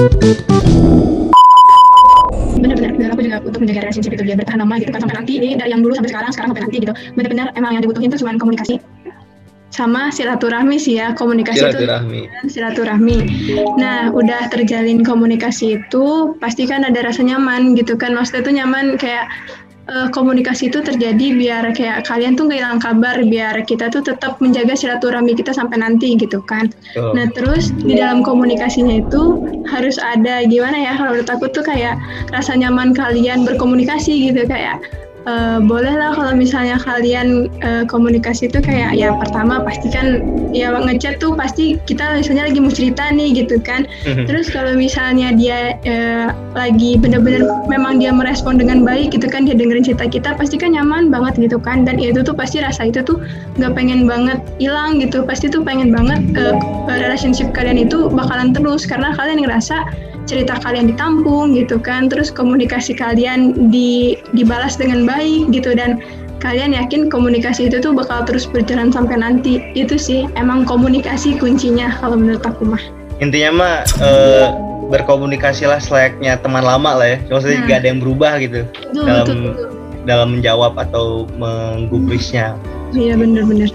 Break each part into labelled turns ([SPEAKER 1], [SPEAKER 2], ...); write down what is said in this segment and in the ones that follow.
[SPEAKER 1] Benar-benar dan aku juga untuk menjaga relationship itu biar bertahan lama gitu kan sampai nanti, dari yang dulu sampai sekarang sampai nanti gitu. Benar-benar emang yang dibutuhin itu cuma komunikasi sama silaturahmi sih ya. Komunikasi itu silaturahmi. Nah, udah terjalin komunikasi itu pasti kan ada rasa nyaman gitu kan. Maksudnya itu nyaman kayak komunikasi itu terjadi biar kayak kalian tuh nggak hilang kabar, biar kita tuh tetap menjaga silaturahmi kita sampai nanti gitu kan. Nah terus di dalam komunikasinya itu harus ada gimana ya, kalau menurut aku tuh kayak rasa nyaman kalian berkomunikasi gitu, kayak boleh lah kalau misalnya kalian komunikasi itu kayak ya pertama pasti kan ya ngechat tuh pasti kita misalnya lagi mau cerita nih gitu kan. Terus kalau misalnya dia lagi benar-benar memang dia merespon dengan baik gitu kan, dia dengerin cerita kita pasti kan nyaman banget gitu kan. Dan itu tuh pasti rasa itu tuh nggak pengen banget hilang gitu, pasti tuh pengen banget relationship kalian itu bakalan terus karena kalian ngerasa cerita kalian ditampung gitu kan, terus komunikasi kalian dibalas dengan baik gitu, dan kalian yakin komunikasi itu tuh bakal terus berjalan sampai nanti. Itu sih emang komunikasi kuncinya kalau menurut aku mah.
[SPEAKER 2] Intinya mah berkomunikasilah selayaknya teman lama lah ya, maksudnya gak ada yang berubah gitu dalam menjawab atau menggubrisnya.
[SPEAKER 3] Iya benar-benar.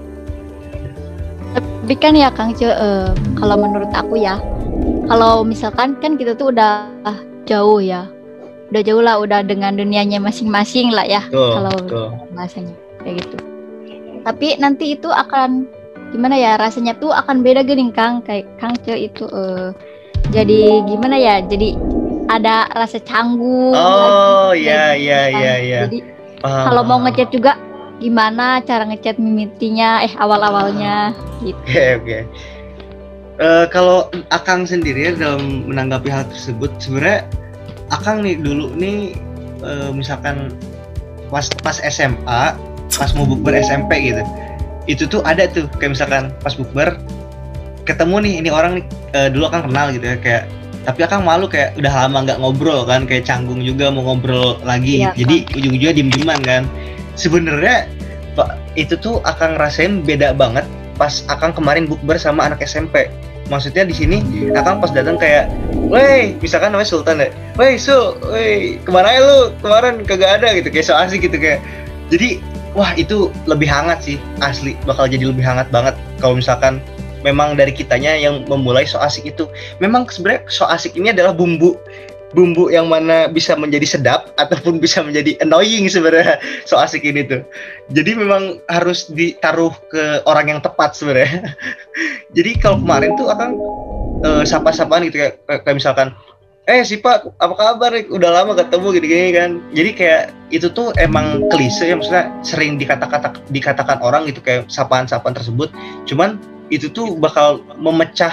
[SPEAKER 3] Tapi kan ya Kang Ce, kalau menurut aku ya, kalau misalkan kan kita tuh udah jauh ya, udah dengan dunianya masing-masing lah ya, kalau bahasanya kayak gitu. Tapi nanti itu akan gimana ya, rasanya tuh akan beda gini Kang, kayak Kang Ce itu jadi gimana ya, jadi ada rasa canggung.
[SPEAKER 2] Oh iya.
[SPEAKER 3] Jadi kalau mau ngechat juga gimana cara ngechat mimitinya awal-awalnya gitu.
[SPEAKER 2] Oke. Kalau Akang sendiri dalam menanggapi hal tersebut, sebenarnya Akang nih dulu nih misalkan pas SMA, pas mau bukber SMP gitu, itu tuh ada tuh kayak misalkan pas bukber ketemu nih ini orang nih dulu Akang kenal gitu ya, kayak tapi Akang malu kayak udah lama nggak ngobrol kan, kayak canggung juga mau ngobrol lagi, ya, jadi ujung-ujungnya diem-dieman kan. Sebenarnya itu tuh Akang rasain beda banget pas Akang kemarin bukber sama anak SMP. Maksudnya di sini Akang pas datang kayak, "Woi," misalkan namanya Sultan deh, "Woi kemana ya lu? Kemarin kagak ada," gitu, kayak so asik gitu kayak. Jadi wah itu lebih hangat sih, asli bakal jadi lebih hangat banget kalau misalkan memang dari kitanya yang memulai so asik itu. Memang sebenarnya so asik ini adalah bumbu yang mana bisa menjadi sedap ataupun bisa menjadi annoying sebenarnya so asik ini tuh. Jadi memang harus ditaruh ke orang yang tepat sebenarnya. Jadi kalau kemarin tuh Akang sapa-sapaan gitu kayak misalkan, si Pak apa kabar? Udah lama ketemu gini-gini kan. Jadi kayak itu tuh emang klise ya, maksudnya sering dikatakan orang gitu kayak sapaan-sapaan tersebut. Cuman itu tuh bakal memecah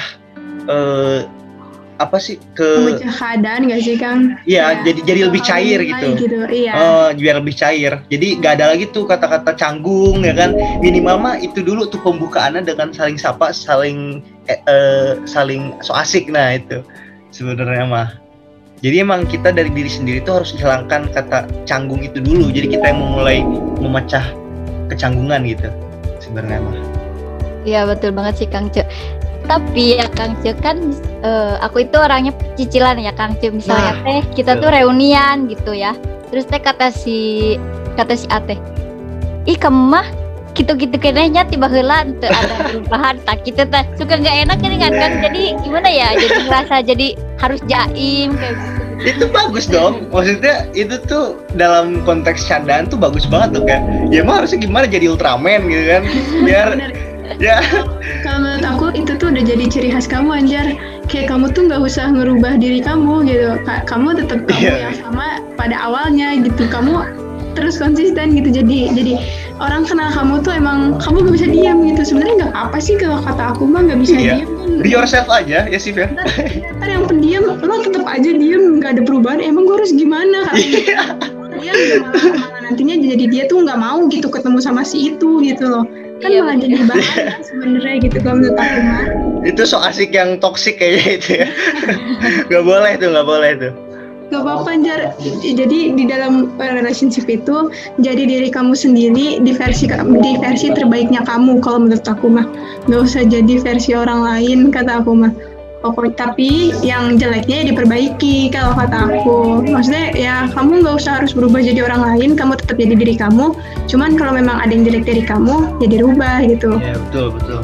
[SPEAKER 1] memecah keadaan nggak sih Kang?
[SPEAKER 2] Iya, jadi lebih cair gitu.
[SPEAKER 1] Iya.
[SPEAKER 2] Biar lebih cair. Jadi nggak ada lagi tuh kata-kata canggung ya kan. Minimal mah itu dulu tuh pembukaannya dengan saling sapa, saling so asik. Nah itu sebenarnya mah. Jadi emang kita dari diri sendiri tuh harus hilangkan kata canggung itu dulu. Jadi kita yang memulai memecah kecanggungan gitu sebenarnya mah.
[SPEAKER 3] Iya betul banget sih Kang Ce. Tapi ya Kang Ce kan aku itu orangnya cicilan ya Kang Ce, misalnya kita tuh reunian gitu ya, terus kata si Ate, "Ih kamu mah gitu-gitu kenanya tiba heula teu ada perubahan," tak kita teh suka nggak enak kan jadi gimana ya, jadi ngerasa jadi harus jaim kayak gitu.
[SPEAKER 2] Itu bagus dong, maksudnya itu tuh dalam konteks candaan tuh bagus banget tuh, kayak ya mah harusnya gimana jadi Ultraman gitu kan, biar ya.
[SPEAKER 1] Kalau menurut aku itu tuh udah jadi ciri khas kamu Anjar, kayak kamu tuh nggak usah ngerubah diri kamu gitu, kamu tetap kamu yang sama pada awalnya gitu, kamu terus konsisten gitu. Jadi orang kenal kamu tuh emang kamu gak bisa diam gitu. Sebenarnya nggak apa sih kalau kata aku mah nggak bisa diam.
[SPEAKER 2] Be yourself aja ya sih ya.
[SPEAKER 1] Ntar yang pendiam lo tetap aja diem, nggak ada perubahan. Emang gue harus gimana? Dia malah nantinya jadi dia tuh nggak mau gitu ketemu sama si itu gitu loh. Kan malah jadi bahaya sebenarnya gitu kalau menurut aku mah.
[SPEAKER 2] Itu so asik yang toksik kayaknya itu ya. Gak boleh tuh.
[SPEAKER 1] Gak apa-apa Anjar. Jadi di dalam relationship itu jadi diri kamu sendiri di versi terbaiknya kamu kalau menurut aku mah. Gak usah jadi versi orang lain kata aku mah. Tapi yang jeleknya ya diperbaiki kalau kata aku. Maksudnya ya kamu nggak usah harus berubah jadi orang lain, kamu tetap jadi diri kamu. Cuman kalau memang ada yang jelek dari kamu, ya dirubah gitu.
[SPEAKER 2] Ya betul.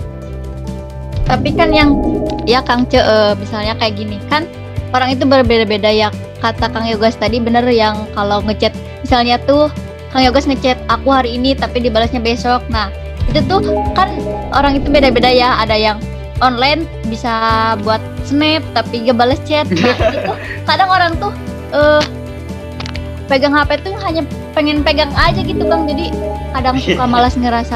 [SPEAKER 3] Tapi kan yang ya Kang misalnya kayak gini kan orang itu berbeda-beda ya. Kata Kang Yogas tadi bener yang kalau ngechat misalnya tuh Kang Yogas ngechat aku hari ini tapi dibalasnya besok. Nah itu tuh kan orang itu beda-beda ya. Ada yang online bisa buat snap tapi gak balas chat. Nah itu kadang orang tuh pegang HP tuh hanya pengen pegang aja gitu Kang. Jadi kadang suka malas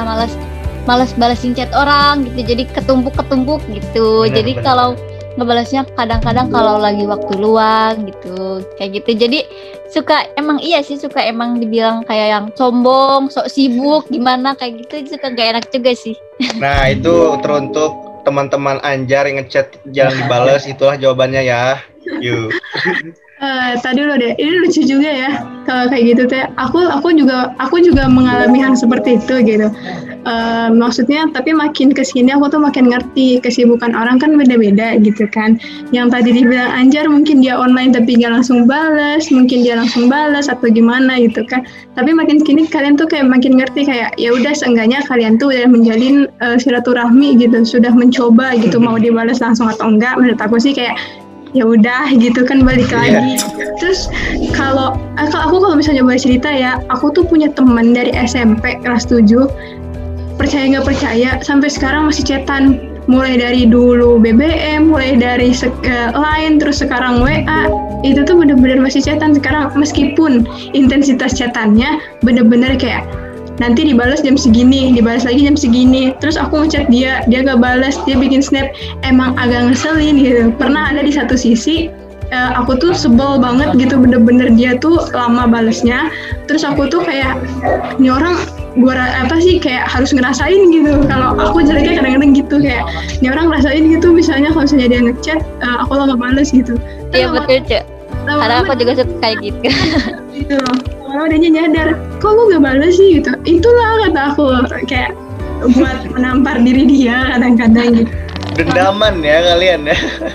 [SPEAKER 3] balasin chat orang gitu. Jadi ketumpuk gitu. Jadi kalau ngebalasnya kadang-kadang kalau lagi waktu luang gitu kayak gitu. Jadi suka emang dibilang kayak yang sombong, sok sibuk gimana kayak gitu, suka gak enak juga sih.
[SPEAKER 2] Nah itu teruntuk teman-teman Anjar yang ngechat jangan dibales, itulah jawabannya ya. Yuk.
[SPEAKER 1] Tadi lo deh, ini lucu juga ya kalau kayak gitu teh. Aku juga mengalami hal seperti itu gitu. Maksudnya tapi makin kesini aku tuh makin ngerti kesibukan orang kan beda-beda gitu kan. Yang tadi dibilang Anjar mungkin dia online tapi nggak langsung balas, mungkin dia langsung balas atau gimana gitu kan. Tapi makin kini kalian tuh kayak makin ngerti kayak ya udah seenggaknya kalian tuh udah menjalin silaturahmi gitu, sudah mencoba gitu mau dibalas langsung atau enggak. Menurut aku sih kayak ya udah gitu kan balik lagi. Terus kalau misalnya boleh cerita ya, aku tuh punya teman dari SMP kelas 7, percaya nggak percaya sampai sekarang masih chatan, mulai dari dulu BBM, mulai dari Line, terus sekarang WA, itu tuh bener-bener masih chatan sekarang meskipun intensitas chatannya bener-bener kayak nanti dibalas jam segini, dibalas lagi jam segini. Terus aku ngechat dia gak balas, dia bikin snap. Emang agak ngeselin gitu. Pernah ada di satu sisi, aku tuh sebel banget gitu, bener-bener dia tuh lama balesnya. Terus aku tuh kayak, ini orang kayak harus ngerasain gitu. Kalau aku jeleknya kadang-kadang gitu kayak, ini orang ngerasain gitu. Misalnya kalau misalnya dia ngechat, aku lama bales gitu.
[SPEAKER 3] Iya betul Cek. Karena aku juga suka kayak gitu.
[SPEAKER 1] Gitu loh. Kalau dia nyadar, kok lu gak balas sih gitu. Itulah kata aku kayak buat menampar diri dia kadang-kadang gitu.
[SPEAKER 2] Dendaman ya kalian ya.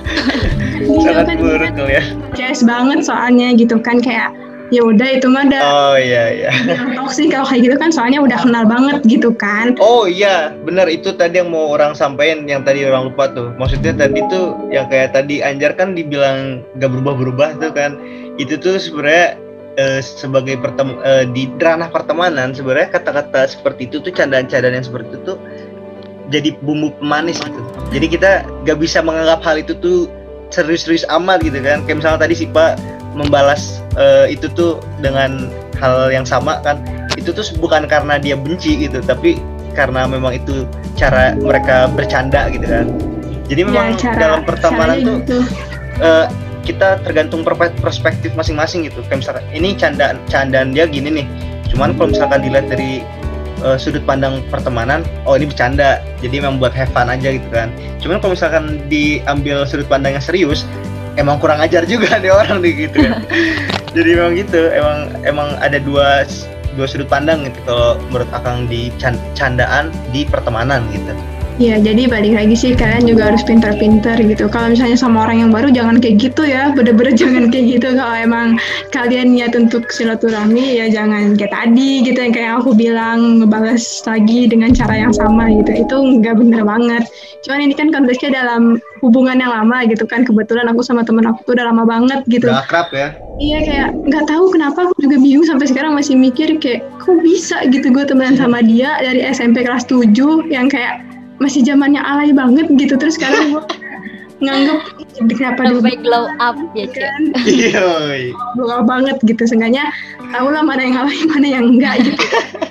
[SPEAKER 2] Sangat buruk kalian.
[SPEAKER 1] CS banget soalnya gitu kan kayak ya udah itu mah
[SPEAKER 2] Oh iya.
[SPEAKER 1] Toksik kalau kayak gitu kan soalnya udah kenal banget gitu kan.
[SPEAKER 2] Oh iya, benar itu tadi yang mau orang sampaikan yang tadi orang lupa tuh. Maksudnya tadi tuh yang kayak tadi Anjar kan dibilang gak berubah-berubah tuh kan. Itu tuh sebenarnya sebagai di ranah pertemanan sebenarnya kata-kata seperti itu tuh candaan-candaan yang seperti itu tuh jadi bumbu pemanis gitu. Jadi kita gak bisa menganggap hal itu tuh serius-serius amat gitu kan. Kayak misalnya tadi si Pak membalas itu tuh dengan hal yang sama kan. Itu tuh bukan karena dia benci gitu, tapi karena memang itu cara mereka bercanda gitu kan. Jadi memang dalam pertemanan tuh gitu. Kita tergantung perspektif masing-masing gitu. Kayak misalkan ini candaan dia gini nih. Cuman kalau misalkan dilihat dari sudut pandang pertemanan, oh ini bercanda. Jadi memang buat have fun aja gitu kan. Cuman kalau misalkan diambil sudut pandang yang serius, emang kurang ajar juga nih orang nih gitu kan. Jadi memang gitu. Emang ada dua sudut pandang gitu kalau menurut Akang di candaan di pertemanan gitu.
[SPEAKER 1] Iya, jadi balik lagi sih kalian juga harus pintar-pintar gitu. Kalau misalnya sama orang yang baru jangan kayak gitu ya, bener-bener jangan kayak gitu. Kalau emang kalian niat untuk silaturahmi ya jangan kayak tadi gitu yang kayak aku bilang ngebalas lagi dengan cara yang sama gitu. Itu nggak bener banget. Cuman ini kan konteksnya dalam hubungan yang lama gitu kan. Kebetulan aku sama temen aku tuh udah lama banget gitu.
[SPEAKER 2] Udah akrab ya?
[SPEAKER 1] Iya kayak nggak tahu kenapa aku juga bingung sampai sekarang masih mikir kayak kok bisa gitu gue temenan sama dia dari SMP kelas 7 yang kayak masih zamannya alay banget gitu, terus sekarang gue nganggep kenapa dulu
[SPEAKER 3] glow up ya kan?
[SPEAKER 2] Iya,
[SPEAKER 1] glow up banget gitu, seenggaknya tahu lah mana yang alay mana yang enggak gitu.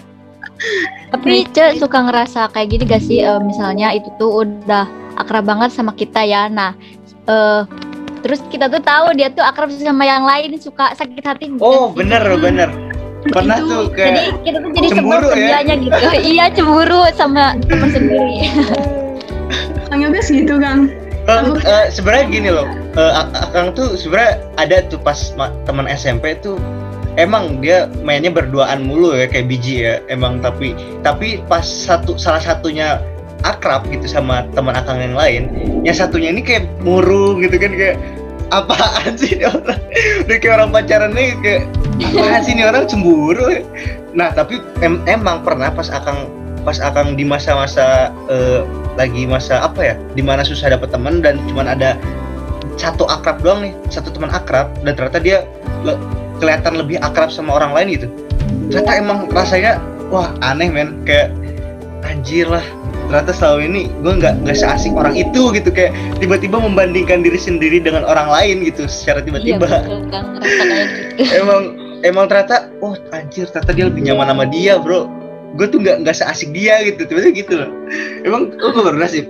[SPEAKER 3] Tapi Cek suka ngerasa kayak gini gak sih, misalnya itu tuh udah akrab banget sama kita ya, nah terus kita tuh tahu dia tuh akrab sama yang lain, suka sakit hati.
[SPEAKER 2] Oh bener pernah itu, tuh kayak
[SPEAKER 3] jadi kita tuh jadi
[SPEAKER 2] cemburu ya
[SPEAKER 3] gitu. Iya cemburu sama teman sendiri.
[SPEAKER 1] Kang Yogas gitu Kang.
[SPEAKER 2] Sebenarnya gini loh, Akang tuh sebenarnya ada tuh pas teman SMP tuh emang dia mainnya berduaan mulu ya kayak biji ya emang, tapi pas salah satunya akrab gitu sama teman akang yang lain, yang satunya ini kayak murung gitu kan, kayak apaan sih ini orang, udah kayak orang pacaran nih, kayak apaan sih ini orang cemburu. Nah tapi emang pernah pas akang di masa-masa lagi masa apa ya, dimana susah dapet teman dan cuman ada satu akrab doang nih, satu teman akrab, dan ternyata dia kelihatan lebih akrab sama orang lain gitu. Ternyata emang rasanya wah aneh men, kayak anjir lah, ternyata selama ini gue nggak seasik orang itu gitu, kayak tiba-tiba membandingkan diri sendiri dengan orang lain gitu secara tiba-tiba. Iya, emang ternyata anjir, ternyata dia lebih nyaman sama dia bro, gue tuh nggak seasik dia gitu, tiba-tiba gitu loh. Emang lu pernah sih?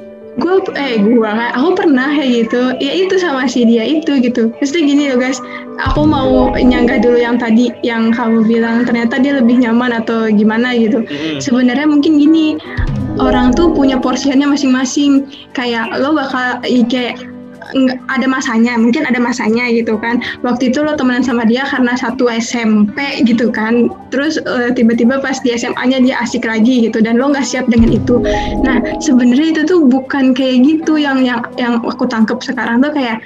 [SPEAKER 1] Aku pernah kayak gitu, ya itu sama si dia itu gitu. Pasti gini loh guys, aku mau nyanggah dulu yang tadi yang kamu bilang ternyata dia lebih nyaman atau gimana gitu. Sebenarnya mungkin gini, orang tuh punya porsinya masing-masing. Kayak lo bakal kayak ada masanya, mungkin ada masanya gitu kan. Waktu itu lo temenan sama dia karena satu SMP gitu kan. Terus tiba-tiba pas di SMA-nya dia asik lagi gitu dan lo nggak siap dengan itu. Nah sebenarnya itu tuh bukan kayak gitu yang aku tangkep sekarang tuh kayak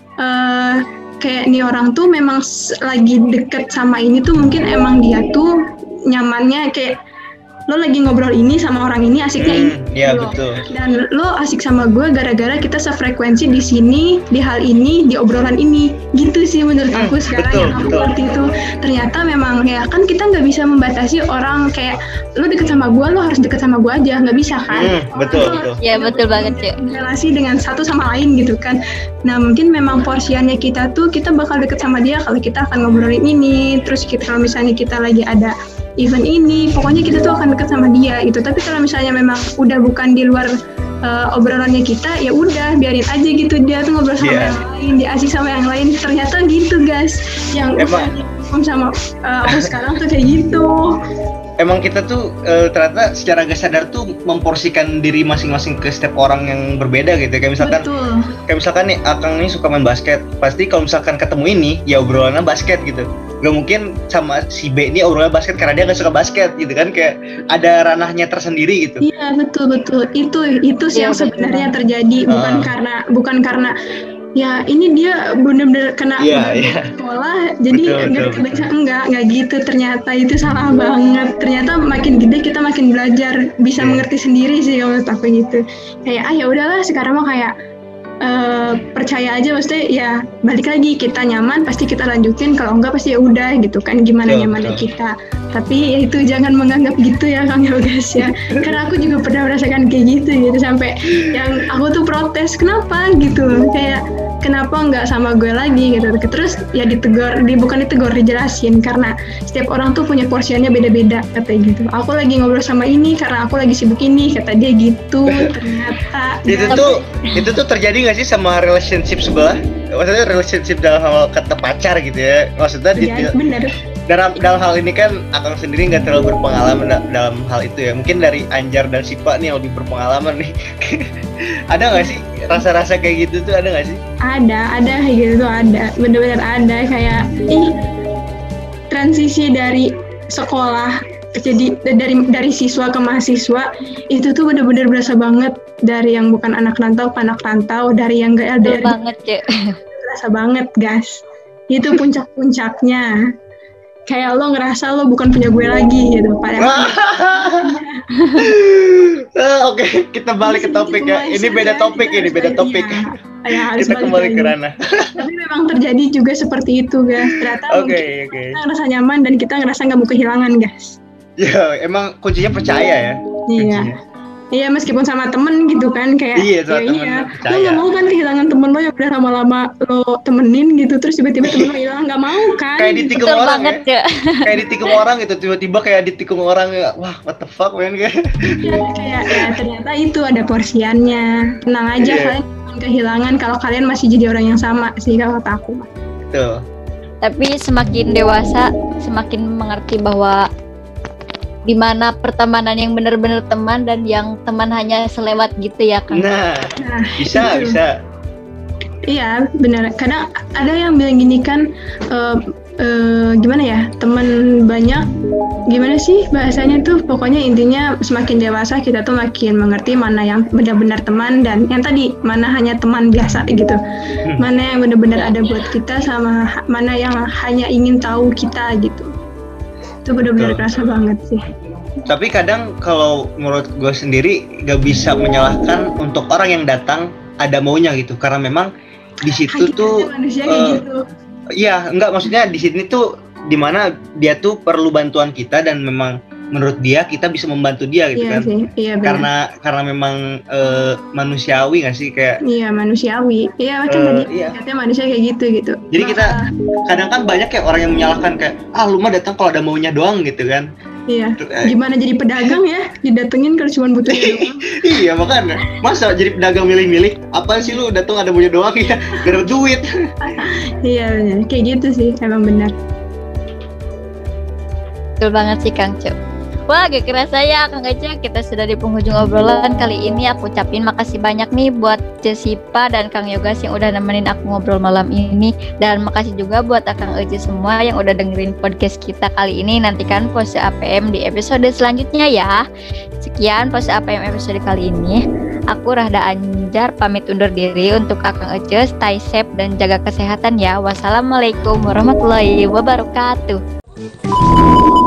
[SPEAKER 1] nih orang tuh memang lagi deket sama ini tuh mungkin emang dia tuh nyamannya kayak lo lagi ngobrol ini sama orang ini asiknya ini.
[SPEAKER 2] Iya betul.
[SPEAKER 1] Dan lo asik sama gue gara-gara kita sefrekuensi di sini, di hal ini, di obrolan ini. Gitu sih menurut aku sekarang yang aku ngerti itu. Ternyata memang ya kan kita nggak bisa membatasi orang kayak lo deket sama gue, lo harus deket sama gue aja, nggak bisa kan?
[SPEAKER 2] Betul.
[SPEAKER 3] Ya betul banget sih.
[SPEAKER 1] Relasi dengan satu sama lain gitu kan. Nah mungkin memang porsiannya kita tuh kita bakal deket sama dia kalau kita akan ngobrolin ini. Terus kalau misalnya kita lagi ada event ini, pokoknya kita tuh akan deket sama dia gitu. Tapi kalau misalnya memang udah bukan di luar obrolannya kita, ya udah biarin aja gitu, dia tuh ngobrol sama yang lain, dia asik sama yang lain. Ternyata gitu guys, yang sama aku sekarang tuh kayak gitu.
[SPEAKER 2] Emang kita tuh ternyata secara gak sadar tuh memporsikan diri masing-masing ke setiap orang yang berbeda gitu. Kayak misalkan nih Akang nih suka main basket, pasti kalau misalkan ketemu ini ya obrolannya basket gitu. Gak mungkin sama si B ini obrolannya basket karena dia gak suka basket gitu kan, kayak ada ranahnya tersendiri gitu.
[SPEAKER 1] Iya betul. Itu sih yang sebenarnya terjadi, bukan karena ya ini dia benar-benar kena sekolah jadi enggak gitu. Ternyata itu salah banget. Ternyata makin gede kita makin belajar bisa mengerti sendiri sih kalau menurut aku gitu. Kayak ya udahlah sekarang mah kayak percaya aja, maksudnya ya balik lagi, kita nyaman pasti kita lanjutin, kalau enggak pasti ya udah gitu kan, gimana nyamannya kita. Tapi ya itu jangan menganggap gitu ya Kang Yogas ya, karena aku juga pernah merasakan kayak gitu sampai yang aku tuh protes kenapa gitu, kayak kenapa nggak sama gue lagi gitu. Terus ya bukan ditegur, dijelasin karena setiap orang tuh punya porsiannya beda-beda katanya gitu. Aku lagi ngobrol sama ini karena aku lagi sibuk ini, kata dia gitu. Ternyata
[SPEAKER 2] itu tuh terjadi nggak sih sama relationship sebelah? Maksudnya relationship dalam hal kata pacar gitu ya? Maksudnya
[SPEAKER 1] bener.
[SPEAKER 2] Dalam hal ini kan Akang sendiri nggak terlalu berpengalaman dalam hal itu ya. Mungkin dari Anjar dan Sipa nih yang lebih berpengalaman nih. Ada nggak sih rasa-rasa kayak gitu tuh, ada nggak sih?
[SPEAKER 1] Ada kayak gitu tuh ada. Bener-bener ada, kayak transisi dari sekolah jadi dari siswa ke mahasiswa itu tuh bener-bener berasa banget, dari yang bukan anak rantau ke anak rantau, dari yang gak LDR
[SPEAKER 3] banget ya.
[SPEAKER 1] Berasa banget guys, itu puncak-puncaknya. Kayak lo ngerasa lo bukan punya gue lagi gitu. Padahal
[SPEAKER 2] Oke, kita balik ke topik ya. Ini beda topik.
[SPEAKER 1] Ya,
[SPEAKER 2] kita kembali ke ranah.
[SPEAKER 1] Tapi memang terjadi juga seperti itu guys. Ternyata kita ngerasa nyaman dan kita ngerasa nggak mau kehilangan guys.
[SPEAKER 2] Ya, emang kuncinya percaya ya.
[SPEAKER 1] Iya, meskipun sama temen gitu kan, kayak
[SPEAKER 2] temen
[SPEAKER 1] lo nggak mau kan kehilangan temen lo yang udah lama-lama lo temenin gitu, terus tiba-tiba temen lo hilang, nggak mau kan?
[SPEAKER 2] Kayak ditikung orang ya. Kayak ditikung orang gitu, tiba-tiba kayak ditikung orang ya. Wah, what the fuck man kayak
[SPEAKER 1] ternyata itu ada porsiannya. Tenang aja, kalian jangan kehilangan kalau kalian masih jadi orang yang sama sih kalau kata aku.
[SPEAKER 2] Betul.
[SPEAKER 3] Tapi semakin dewasa, semakin mengerti bahwa di mana pertemanan yang benar-benar teman dan yang teman hanya selewat gitu ya kan?
[SPEAKER 2] Nah bisa.
[SPEAKER 1] Iya benar. Kadang ada yang bilang gini kan, gimana ya, teman banyak, gimana sih bahasanya tuh, pokoknya intinya semakin dewasa kita tuh makin mengerti mana yang benar-benar teman dan yang tadi mana hanya teman biasa gitu, mana yang benar-benar ada buat kita sama mana yang hanya ingin tahu kita gitu. Itu benar-benar kerasa banget sih.
[SPEAKER 2] Tapi kadang kalau menurut gue sendiri gak bisa menyalahkan untuk orang yang datang ada maunya gitu, karena memang di situ tuh
[SPEAKER 1] gitu.
[SPEAKER 2] Iya, enggak, maksudnya di sini tuh dimana dia tuh perlu bantuan kita dan memang menurut dia kita bisa membantu dia gitu, iya kan
[SPEAKER 1] sih, iya
[SPEAKER 2] karena memang manusiawi nggak sih, kayak
[SPEAKER 1] iya manusiawi, iya kan tadi katanya manusia kayak gitu.
[SPEAKER 2] Jadi kita kadang kan banyak kayak orang yang menyalahkan kayak lu mah datang kalau ada maunya doang gitu kan.
[SPEAKER 1] Iya, gimana jadi pedagang ya, didatengin kalau cuma butuhnya doang.
[SPEAKER 2] Iya, makanya masa jadi pedagang milih-milih, apa sih lu datang ada maunya doang ya, gara duit.
[SPEAKER 1] Iya benar, kayak gitu sih, emang benar.
[SPEAKER 3] Betul banget sih Kang Cuk. Wah, gak kerasa ya Kang Ece, kita sudah di penghujung obrolan kali ini. Aku ucapin makasih banyak nih buat Jessipa dan Kang Yogas yang udah nemenin aku ngobrol malam ini. Dan makasih juga buat Kang Ece semua yang udah dengerin podcast kita kali ini. Nantikan Pose APM di episode selanjutnya ya. Sekian Pose APM episode kali ini. Aku Rahda Anjar pamit undur diri. Untuk Kang Ece, stay safe dan jaga kesehatan ya. Wassalamualaikum warahmatullahi wabarakatuh.